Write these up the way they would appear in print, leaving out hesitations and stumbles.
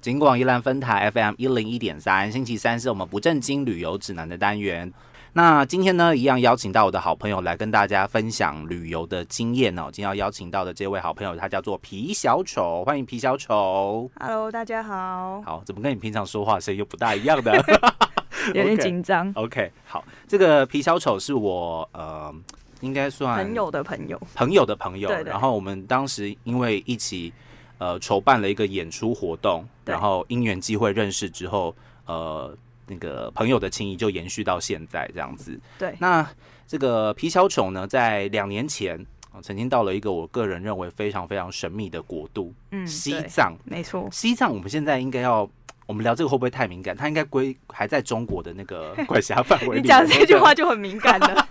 警广宜兰分台 FM101.3，星期三是我们不正经旅游指南的单元。那今天呢，一样邀请到我的好朋友来跟大家分享旅游的经验哦。今天要邀请到的这位好朋友，他叫做皮小丑，欢迎皮小丑。 Hello， 大家好。 好，怎么跟你平常说话声音又不大一样的？ 有点紧张。 OK， 好，这个皮小丑是我应该算朋友的朋友， 对。然后我们当时因为一起筹办了一个演出活动，然后因缘机会认识之后，那个朋友的情谊就延续到现在这样子。 对。 那这个皮小丑呢，在2年前曾经到了一个我个人认为非常非常神秘的国度，西藏。 没错。 西藏我们现在应该要。我们聊这个会不会太敏感？它应该还在中国的那个管辖范围里。 你讲这句话就很敏感了。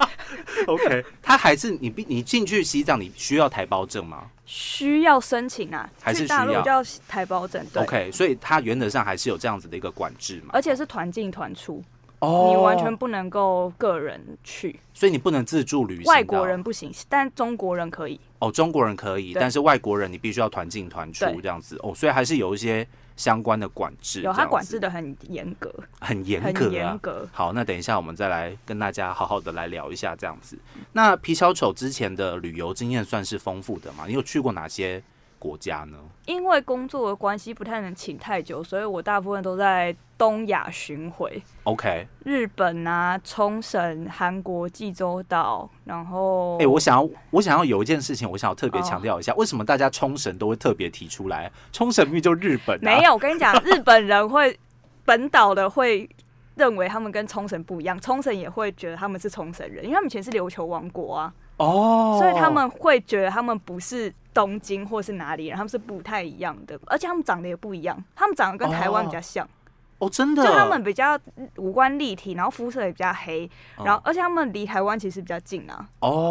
OK， 它还是你进去西藏，你需要台胞证吗？ 需要申请啊， 还是需要？去大陆就要台胞证。对 OK， 所以它原则上还是有这样子的一个管制嘛， 而且是团进团出。你完全不能够个人去， 所以你不能自助旅行。 外国人不行，但中国人可以。 中国人可以，但是外国人你必须要团进团出这样子。所以还是有一些相关的管制。 有，它管制的很严格， 很严格。好，那等一下我们再来跟大家好好的来聊一下这样子。那皮小丑之前的旅游经验算是丰富的吗？你有去过哪些国家呢？ 因为工作的关系不太能请太久，所以我大部分都在东亚巡回。 OK， 日本啊，冲绳、韩国、济州岛，然后我想要有一件事情，我想要特别强调一下，为什么大家冲绳都会特别提出来？冲绳明明就日本没有，我跟你讲，日本人本岛的会认为他们跟冲绳不一样，冲绳也会觉得他们是冲绳人，因为他们以前是琉球王国啊。所以他们会觉得他们不是东京或是哪里人，他们是不太一样的，而且他们长得也不一样，他们长得跟台湾比较像。 真的， 就他们比较五官立体，然后肤色也比较黑，然后而且他们离台湾其实比较近啊。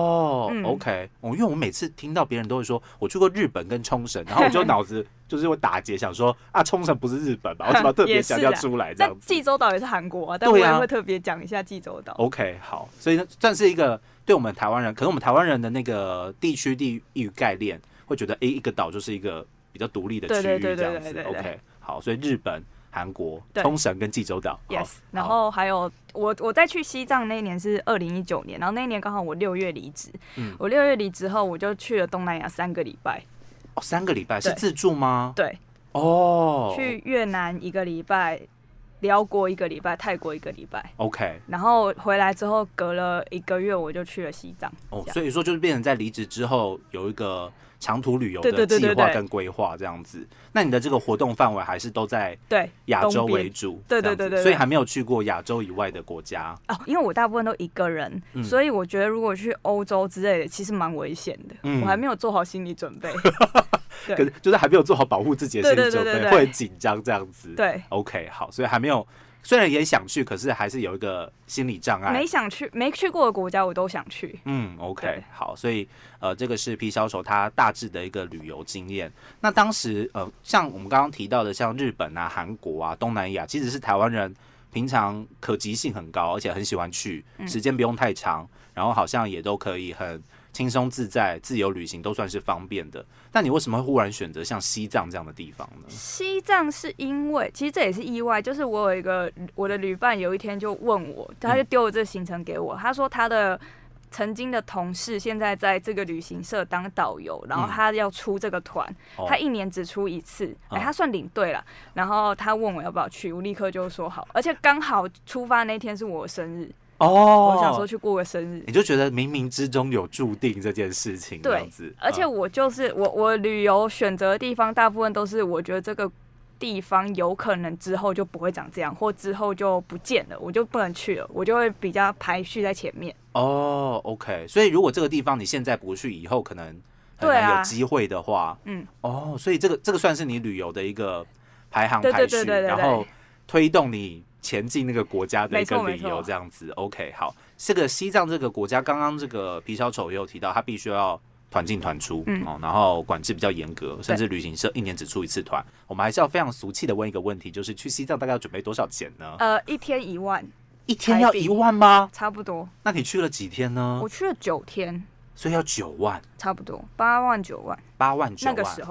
OK， 因为我每次听到别人都会说我去过日本跟冲绳，然后我就脑子就是会打结，想说冲绳不是日本吧？我怎么特别强调出来这样子？ 济州岛也是韩国啊，但我也会特别讲一下济州岛。 OK， 好，所以算是一个对我们台湾人，可能我们台湾人的那个地域概念会觉得，一个岛就是一个比较独立的区域这样子。OK， 好，所以日本、韩国、冲绳跟济州岛。 Yes， 然后还有我再去西藏那一年是2019年，然后那一年刚好我6月离职。我6月离职后，我就去了东南亚3个礼拜。 3个礼拜是自助吗？ 对。去越南1个礼拜，辽国1个礼拜，泰国1个礼拜。 OK。 然后回来之后，隔了1个月我就去了西藏。 所以说就是变成在离职之后有一个长途旅游的计划跟规划这样子。那你的这个活动范围还是都在亚洲为主， 对， 所以还没有去过亚洲以外的国家。 因为我大部分都一个人，所以我觉得如果去欧洲之类的，其实蛮危险的。我还没有做好心理准备。 对，就是还没有做好保护自己的心理准备，会很紧张这样子。 对 ，OK， 好，所以还没有。虽然也想去，可是还是有一个心理障碍。 没去过的国家我都想去。 OK， 好，所以这个是皮小丑他大致的一个旅游经验。那当时像我们刚刚提到的，像日本啊、韩国啊、东南亚，其实是台湾人平常可及性很高，而且很喜欢去，时间不用太长，然后好像也都可以很轻松自在、自由旅行都算是方便的。但你为什么会忽然选择像西藏这样的地方呢？ 西藏是因为其实这也是意外，就是我的旅伴有一天就问我，他就丢了这个行程给我，他说他的曾经的同事现在在这个旅行社当导游，然后他要出这个团，他1年只出1次，他算领队了。然后他问我要不要去，我立刻就说好，而且刚好出发那天是我生日。我想说去过个生日， 你就觉得冥冥之中有注定这件事情，这样子。 而且我就是我旅游选择的地方，大部分都是我觉得这个地方有可能之后就不会长这样，或之后就不见了，我就不能去了，我就会比较排序在前面。 OK， 所以如果这个地方你现在不去，以后可能很难有机会的话，所以这个算是你旅游的一个排序，然后推动你前进那个国家的一个理由，这样子。OK， 好，这个西藏这个国家，刚刚这个皮小丑也有提到，他必须要团进团出，然后管制比较严格，甚至旅行社1年只出1次团。我们还是要非常俗气的问一个问题，就是去西藏大概要准备多少钱呢 ？1天1万。 1天要1万吗？ 差不多。 那你去了几天呢？ 我去了9天， 所以要9万， 差不多8万9万。 8万9万那个时候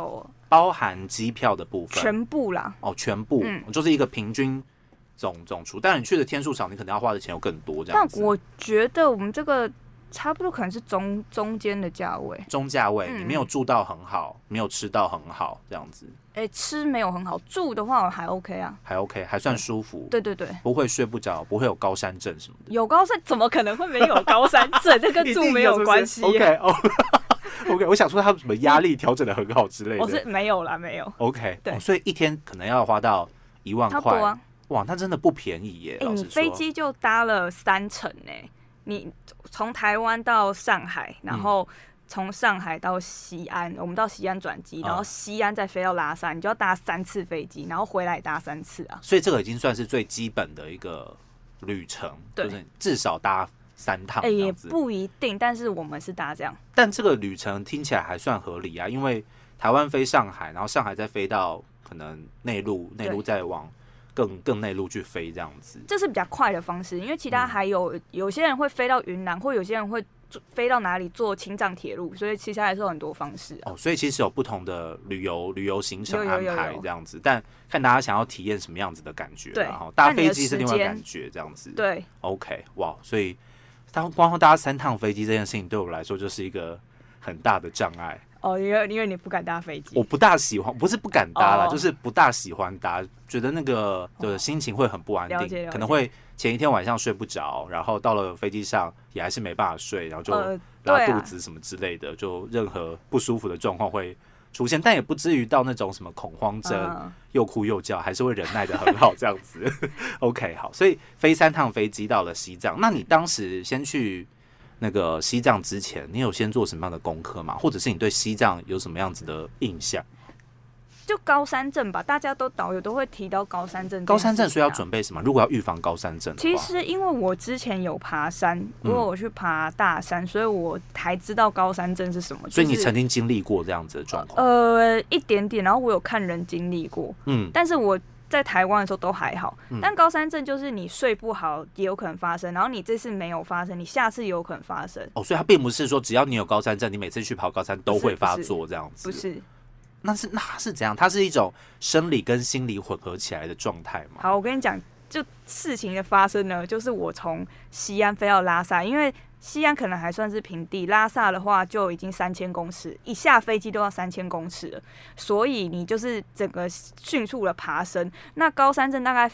包含机票的部分， 全部啦。 哦，全部，就是一个平均总出。但你去的天数少，你可能要花的钱又更多这样子。 但我觉得我们这个差不多可能是中间的价位， 中价位，你没有住到很好，没有吃到很好这样子。 吃没有很好，住的话还 OK 啊， 还 OK， 还算舒服。 对对对， 不会睡不着，不会有高山症什么的。 有高山怎么可能会没有高山症？这跟住没有关系。 OK 哦，OK， 我想说他什么压力调整的很好之类的。 我是没有啦，没有。 OK， 对，所以一天可能要花到1万块。啊，哇，那真的不便宜耶。 你飞机就搭了3程哎，你从台湾到上海，然后从上海到西安，我们到西安转机，然后西安再飞到拉萨，你就要搭3次飞机，然后回来搭3次啊。 所以这个已经算是最基本的一个旅程，就是至少搭3趟。 也不一定，但是我们是搭这样。 但这个旅程听起来还算合理啊，因为台湾飞上海，然后上海再飞到可能内陆再往更内陆去飞这样子， 这是比较快的方式。因为其他还有些人会飞到云南，或有些人会飞到哪里坐青藏铁路，所以其实还是有很多方式啊。 所以其实有不同的旅游行程安排这样子，但看大家想要体验什么样子的感觉。对，搭飞机是另外感觉这样子。 对 ，OK， 哇，所以光搭3趟飞机这件事情对我来说就是一个很大的障碍。 因为你不敢搭飞机， 我不大喜欢，不是不敢搭啦，就是不大喜欢搭，觉得那个的心情会很不安定，可能会前一天晚上睡不着，然后到了飞机上也还是没办法睡，然后就拉肚子什么之类的，就任何不舒服的状况会出现，但也不至于到那种什么恐慌症，又哭又叫，还是会忍耐的很好这样子。OK， 好，所以飞3趟飞机到了西藏，那你当时先去那个西藏之前，你有先做什么样的功课吗？或者是你对西藏有什么样子的印象？ 就高山症吧，大家导游都会提到高山症。 高山症，所以要准备什么？如果要预防高山症的话， 其实因为我之前有爬山，如果我去爬大山，所以我还知道高山症是什么。 所以你曾经经历过这样子的状况？ 一点点，然后我有看人经历过，但是我在台湾的时候都还好，但高山症就是你睡不好也有可能发生，然后你这次没有发生，你下次也有可能发生。 所以它并不是说只要你有高山症，你每次去跑高山都会发作这样子。 不是， 那是怎样？它是一种生理跟心理混合起来的状态吗？ 好，我跟你讲，就事情的发生呢，就是我从西安飞到拉萨，因为西安可能还算是平地，拉萨的话就已经3000公尺，一下飞机都要3000公尺了，所以你就是整个迅速的爬升。那高山症大概是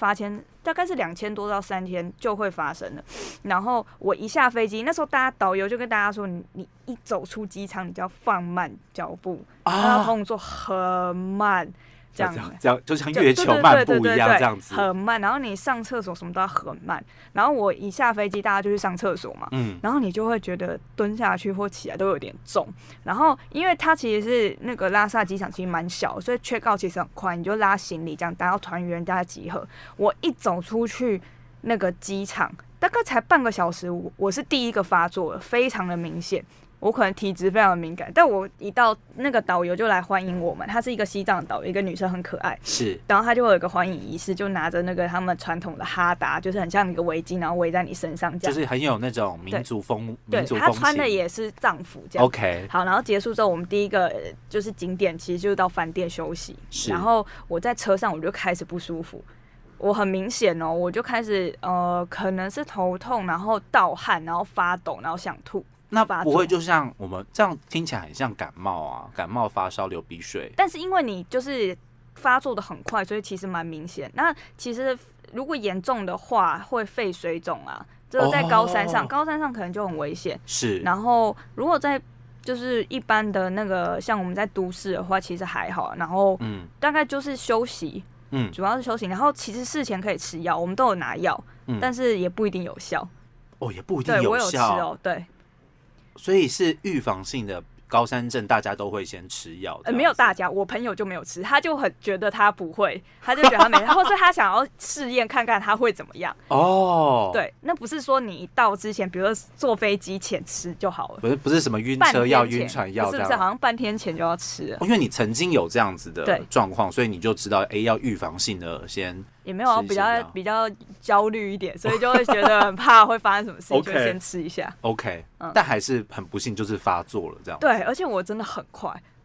2000多到3000就会发生了。然后我一下飞机，那时候导游就跟大家说，你一走出机场，你就要放慢脚步，然后动作很慢。这样就像月球漫步一样，这样子很慢。然后你上厕所什么都要很慢。然后我一下飞机，大家就去上厕所嘛，然后你就会觉得蹲下去或起来都有点重。然后因为它其实是那个拉萨机场其实蛮小，所以 check out 其实很快，你就拉行李这样达到团员大家集合。我一走出去那个机场，大概才半个小时，我是第一个发作了，非常的明显。我可能体质非常的敏感，但我一到那个导游就来欢迎我们，她是一个西藏导游，一个女生很可爱， 是， 然后她就会有一个欢迎仪式，就拿着那个他们传统的哈达，就是很像一个围巾，然后围在你身上，这样就是很有那种民族风， 对，她穿的也是藏服这样。 OK， 好，然后结束之后，我们第一个就是景点，其实就是到饭店休息，然后我在车上我就开始不舒服。我很明显我就开始可能是头痛，然后盗汗，然后发抖，然后想吐。 那不会就像我们这样听起来很像感冒啊，感冒发烧流鼻水。 但是因为你就是发作的很快，所以其实蛮明显。那其实如果严重的话，会肺水肿啊，这个在高山上，高山上可能就很危险。 是。 然后如果在就是一般的那个像我们在都市的话，其实还好。然后大概就是休息。主要是休息，然后其实事前可以吃药，我们都有拿药，但是也不一定有效。 也不一定有效。 对，我有吃对。 所以是预防性的高山症，大家都会先吃药。 没有大家，我朋友就没有吃，他就很觉得他不会，他就觉得他没，或是他想要试验看看他会怎么样。对，那不是说你一到之前，比如说坐飞机前吃就好了， 不是什么晕车药、晕船药， 是不是？好像半天前就要吃了。 因为你曾经有这样子的状况，所以你就知道，要预防性的先。 也没有比较焦虑一点，所以就会觉得很怕会发生什么事情，就先吃一下。 OK，但还是很不幸，就是发作了这样。 对，而且我真的很快，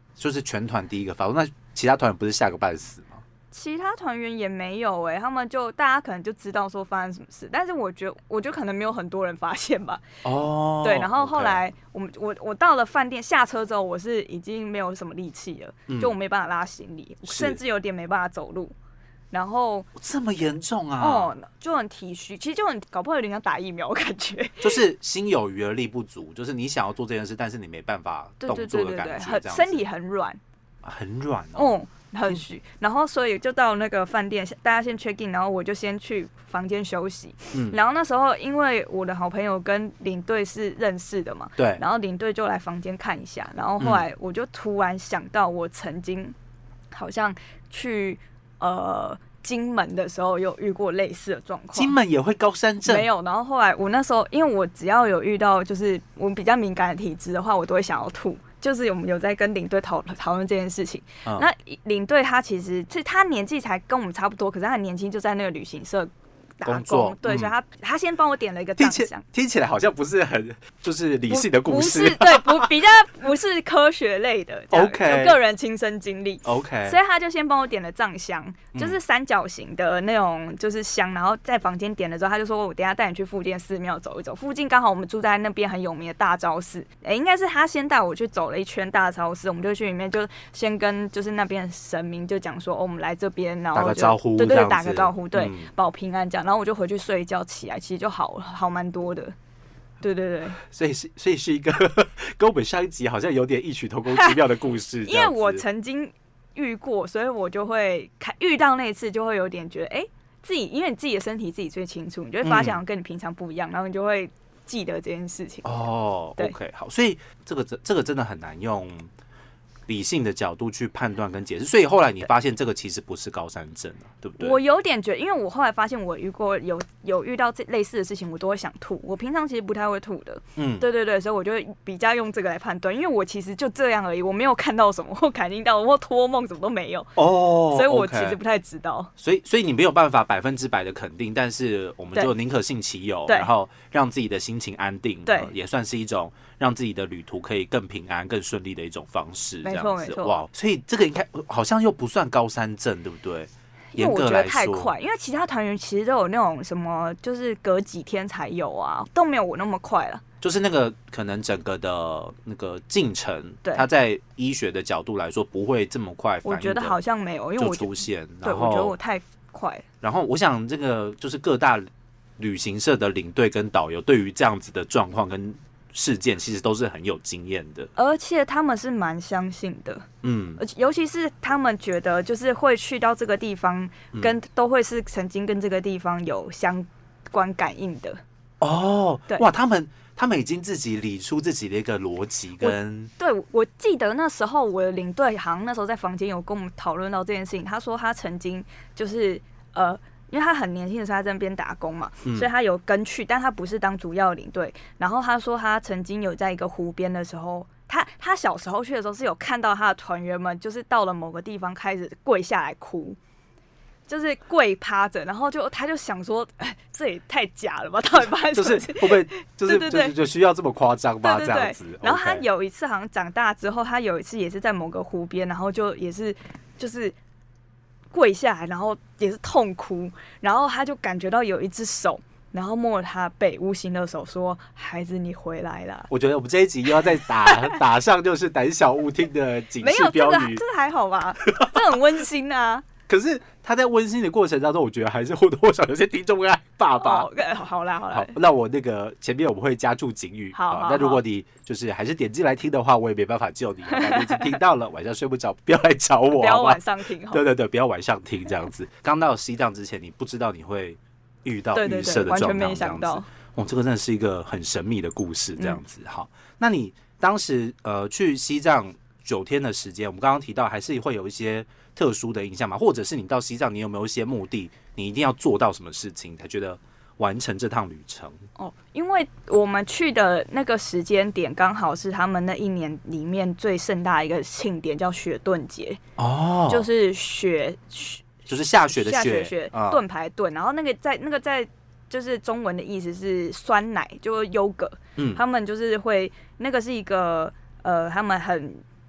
就是全团第一个发作，那其他团员不是吓个半死吗？ 其他团员也没有他们就大家可能就知道说发生什么事，但是我觉得可能没有很多人发现吧。 哦， 对，然后后来我到了饭店下车之后，我是已经没有什么力气了，就我没办法拉行李，甚至有点没办法走路。然后这么严重啊？ 哦，就很体虚，其实就很搞不好有点像打疫苗，我感觉就是心有余而力不足，就是你想要做这件事，但是你没办法动作的感觉， 对，身体很软， 很软哦。 很虚，然后所以就到那个饭店，大家先 check in， 然后我就先去房间休息。然后那时候因为我的好朋友跟领队是认识的嘛， 对， 然后领队就来房间看一下，然后后来我就突然想到，我曾经好像去金门的时候有遇过类似的状况。 金门也会高山症？没有。然后后来我那时候，因为我只要有遇到就是我比较敏感的体质的话，我都会想要吐。就是我们有在跟领队讨论这件事情。那领队他其实是他年纪才跟我们差不多，可是他很年轻就在那个旅行社打工，对，所以他先帮我点了一个帐篷。 听起来好像不是很就是理性的故事， 不是对，比较不是科学类的，OK， 就个人亲身经历 ，OK， 所以他就先帮我点了帐箱，就是三角形的那种就是箱，然后在房间点了之后，他就说我等一下带你去附近寺庙走一走，附近刚好我们住在那边很有名的大昭寺，应该是他先带我去走了一圈大昭寺，我们就去里面就先跟就是那边的神明就讲说，我们来这边，然后打个招呼， 对，打个招呼，对，保平安这样。然后我就回去睡一觉，起来其实就好蛮多的，对。 所以是一个跟我们上一集好像有点异曲同工之妙的故事。 因为我曾经遇过，所以我就会遇到那一次就会有点觉得，自己因为你自己的身体自己最清楚，你就会发现跟你平常不一样，然后你就会记得这件事情。 哦 ，OK， 好，所以这个真的很难用理性的角度去判断跟解释，所以后来你发现这个其实不是高山症对不对？ 我有点觉得，因为我后来发现我遇过有遇到类似的事情，我都会想吐。我平常其实不太会吐的，对，所以我就比较用这个来判断，因为我其实就这样而已，我没有看到什么或感应到或托梦什么都没有所以我其实不太知道。 所以你没有办法100%的肯定，但是我们就宁可信其有，然后让自己的心情安定，对，也算是一种让自己的旅途可以更平安、更顺利的一种方式。 没错， 哇！所以这个应该好像又不算高山症，对不对？ 因为我觉得太快，因为其他团员其实都有那种什么，就是隔几天才有啊，都没有我那么快了。 就是那个可能整个的那个进程，它在医学的角度来说不会这么快反应的， 我觉得好像没有，因为我出现。 对，我觉得我太快了。 然后我想这个就是各大旅行社的领队跟导游对于这样子的状况跟事件其实都是很有经验的， 而且他们是蛮相信的，而且尤其是他们觉得就是会去到这个地方，都会是曾经跟这个地方有相关感应的。 对，哇，他们已经自己理出自己的一个逻辑跟。 对，我记得那时候我的领队好像那时候在房间有跟我们讨论到这件事情，他说他曾经就是因为他很年轻的时候他在那边打工嘛，所以他有跟去，但他不是当主要领队。然后他说他曾经有在一个湖边的时候，他小时候去的时候是有看到他的团员们，就是到了某个地方开始跪下来哭，就是跪趴着，然后他就想说，这也太假了吧？到底发生什么事？ 就是会不会就是就需要这么夸张吗？ 对， 这样子。 然后他有一次好像长大之后，他有一次也是在某个湖边，然后就也是就是跪下来，然后也是痛哭，然后他就感觉到有一只手，然后摸了他背，无形的手说：“孩子，你回来了。” 我觉得我们这一集又要再打上就是胆小勿听的警示标语。 没有这个还好吧？这很温馨啊。 可是他在温馨的过程当中，我觉得还是或多或少有些听众会害怕吧。 好啦， 好，那我那个前面我们会加注警语。 好， 那如果你就是还是点进来听的话，我也没办法救你。你已经听到了，晚上睡不着，不要来找我， 不要晚上听。 对，不要晚上听这样子。刚到西藏之前，你不知道你会遇到预设的状况， 完全没想到。 这个真的是一个很神秘的故事，这样子。好，那你当时去西藏9天的时间，我们刚刚提到还是会有一些特殊的印象嘛？或者是你到西藏，你有没有一些目的？你一定要做到什么事情才觉得完成这趟旅程？ 因为我们去的那个时间点刚好是他们那一年里面最盛大的一个庆典，叫雪顿节。就是就是下雪的雪，盾牌盾。然后那个在就是中文的意思是酸奶，就是优格。他们就是会那个是一个他们很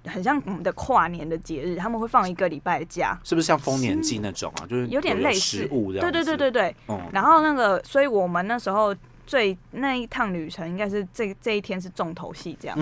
很像我们的跨年的节日，他们会放1个礼拜的假， 是不是像丰年祭那种啊？就是有点类似食物这样子。 对。然后所以我们那时候那一趟旅程应该是这一天是重头戏这样。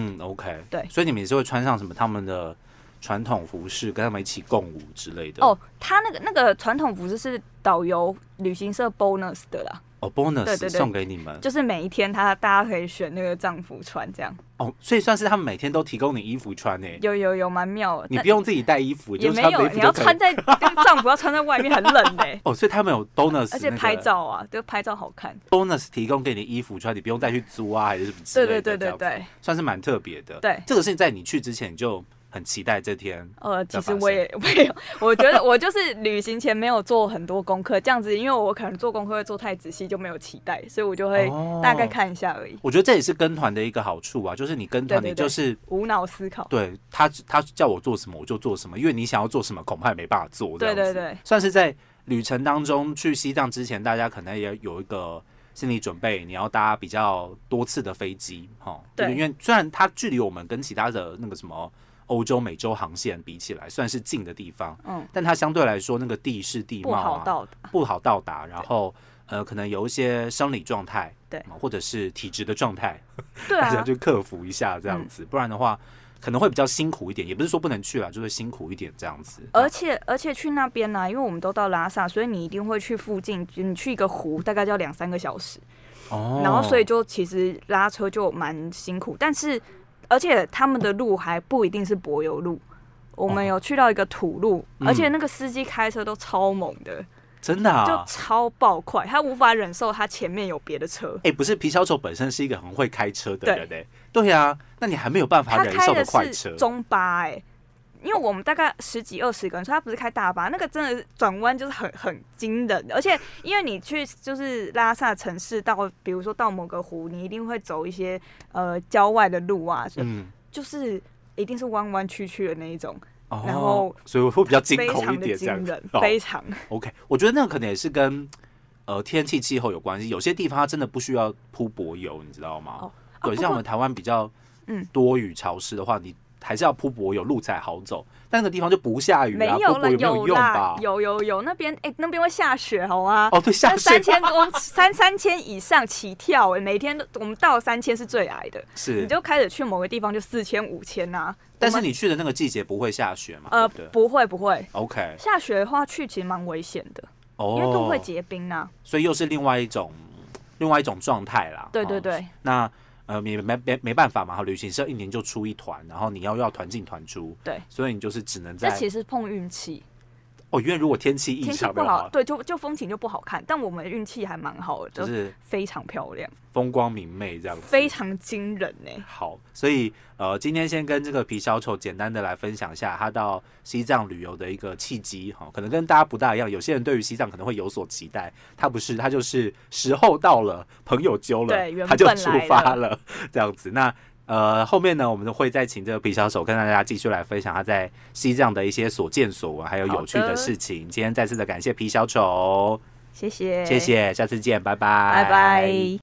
OK。 对， 所以你们也是会穿上什么他们的传统服饰，跟他们一起共舞之类的。 他那个传统服饰是导游旅行社 bonus 的啦。 bonus 对送给你们， 就是每一天大家可以选那个帐服穿这样。 所以算是他们每天都提供你衣服穿欸。 有蛮妙的。 你不用自己带衣服， 也没有，你要穿在帐服要穿在外面，很冷欸。 所以他们有 bonus， 而且拍照啊，就拍照好看。 bonus 提供给你衣服穿，你不用再去租啊，还是什么之类的。 对， 算是蛮特别的。 对， 这个是在你去之前你就很期待这天。 其实我也有，我觉得我就是旅行前没有做很多功课，这样子，因为我可能做功课会做太仔细，就没有期待，所以我就会大概看一下而已。 我觉得这也是跟团的一个好处啊，就是你跟团，你就是无脑思考。 对，他叫我做什么我就做什么，因为你想要做什么恐怕也没办法做。 对，算是在旅程当中去西藏之前，大家可能也有一个心理准备，你要搭比较多次的飞机，对，因为虽然它距离我们跟其他的那个什么欧洲、美洲航线比起来算是近的地方，但它相对来说那个地势地貌不好到达，然后可能有一些生理状态， 对， 或者是体质的状态， 对大家就克服一下这样子，不然的话可能会比较辛苦一点，也不是说不能去啦，就是辛苦一点这样子。 而且去那边呢，因为我们都到拉萨，所以你一定会去附近，你去一个湖大概就要2-3个小时，然后所以就其实拉车就蛮辛苦，而且他们的路还不一定是柏油路，我们有去到一个土路，而且那个司机开车都超猛的， 真的就超爆快，他无法忍受他前面有别的车。 不是皮小丑本身是一个很会开车的人对啊，那你还没有办法忍受的快车。他开的是中巴因为我们大概10几20个人，所以他不是开大巴，那个真的转弯就是很惊人的，而且因为你去就是拉萨城市比如说到某个湖，你一定会走一些郊外的路啊，就是一定是弯弯曲曲的那一种，然后所以会比较惊恐一点，这样非常 OK。我觉得那个可能也是跟天气气候有关系，有些地方它真的不需要铺柏油，你知道吗？对，像我们台湾比较多雨潮湿的话，你还是要铺柏油，路才好走。但那个地方就不下雨啊，铺柏油没有用吧？ 有那边那边会下雪，好吗？ 对，下雪 3000以上起跳每天我们到3000是最矮的， 是你就开始去某个地方就4000、5000啊。 但是你去的那个季节不会下雪吗？ 不会。 OK， 下雪的话去其实蛮危险的，因为路会结冰啊。 所以又是另外一种状态啦。 对。 那没办法嘛，旅行社1年就出一团，然后你要团进团出， 对， 所以你就是只能在。 这其实碰运气。 因为如果天气异常不好，对，就风景就不好看。但我们运气还蛮好的， 就是非常漂亮， 风光明媚这样子， 非常惊人好，所以今天先跟这个皮小丑简单的来分享一下他到西藏旅游的一个契机可能跟大家不大一样。有些人对于西藏可能会有所期待，他不是，他就是时候到了，朋友揪了，他就出发了这样子。那后面呢，我们会再请这个皮小丑跟大家继续来分享他在西藏的一些所见所闻，还有有趣的事情。今天再次的感谢皮小丑， 谢谢， 下次见，拜拜。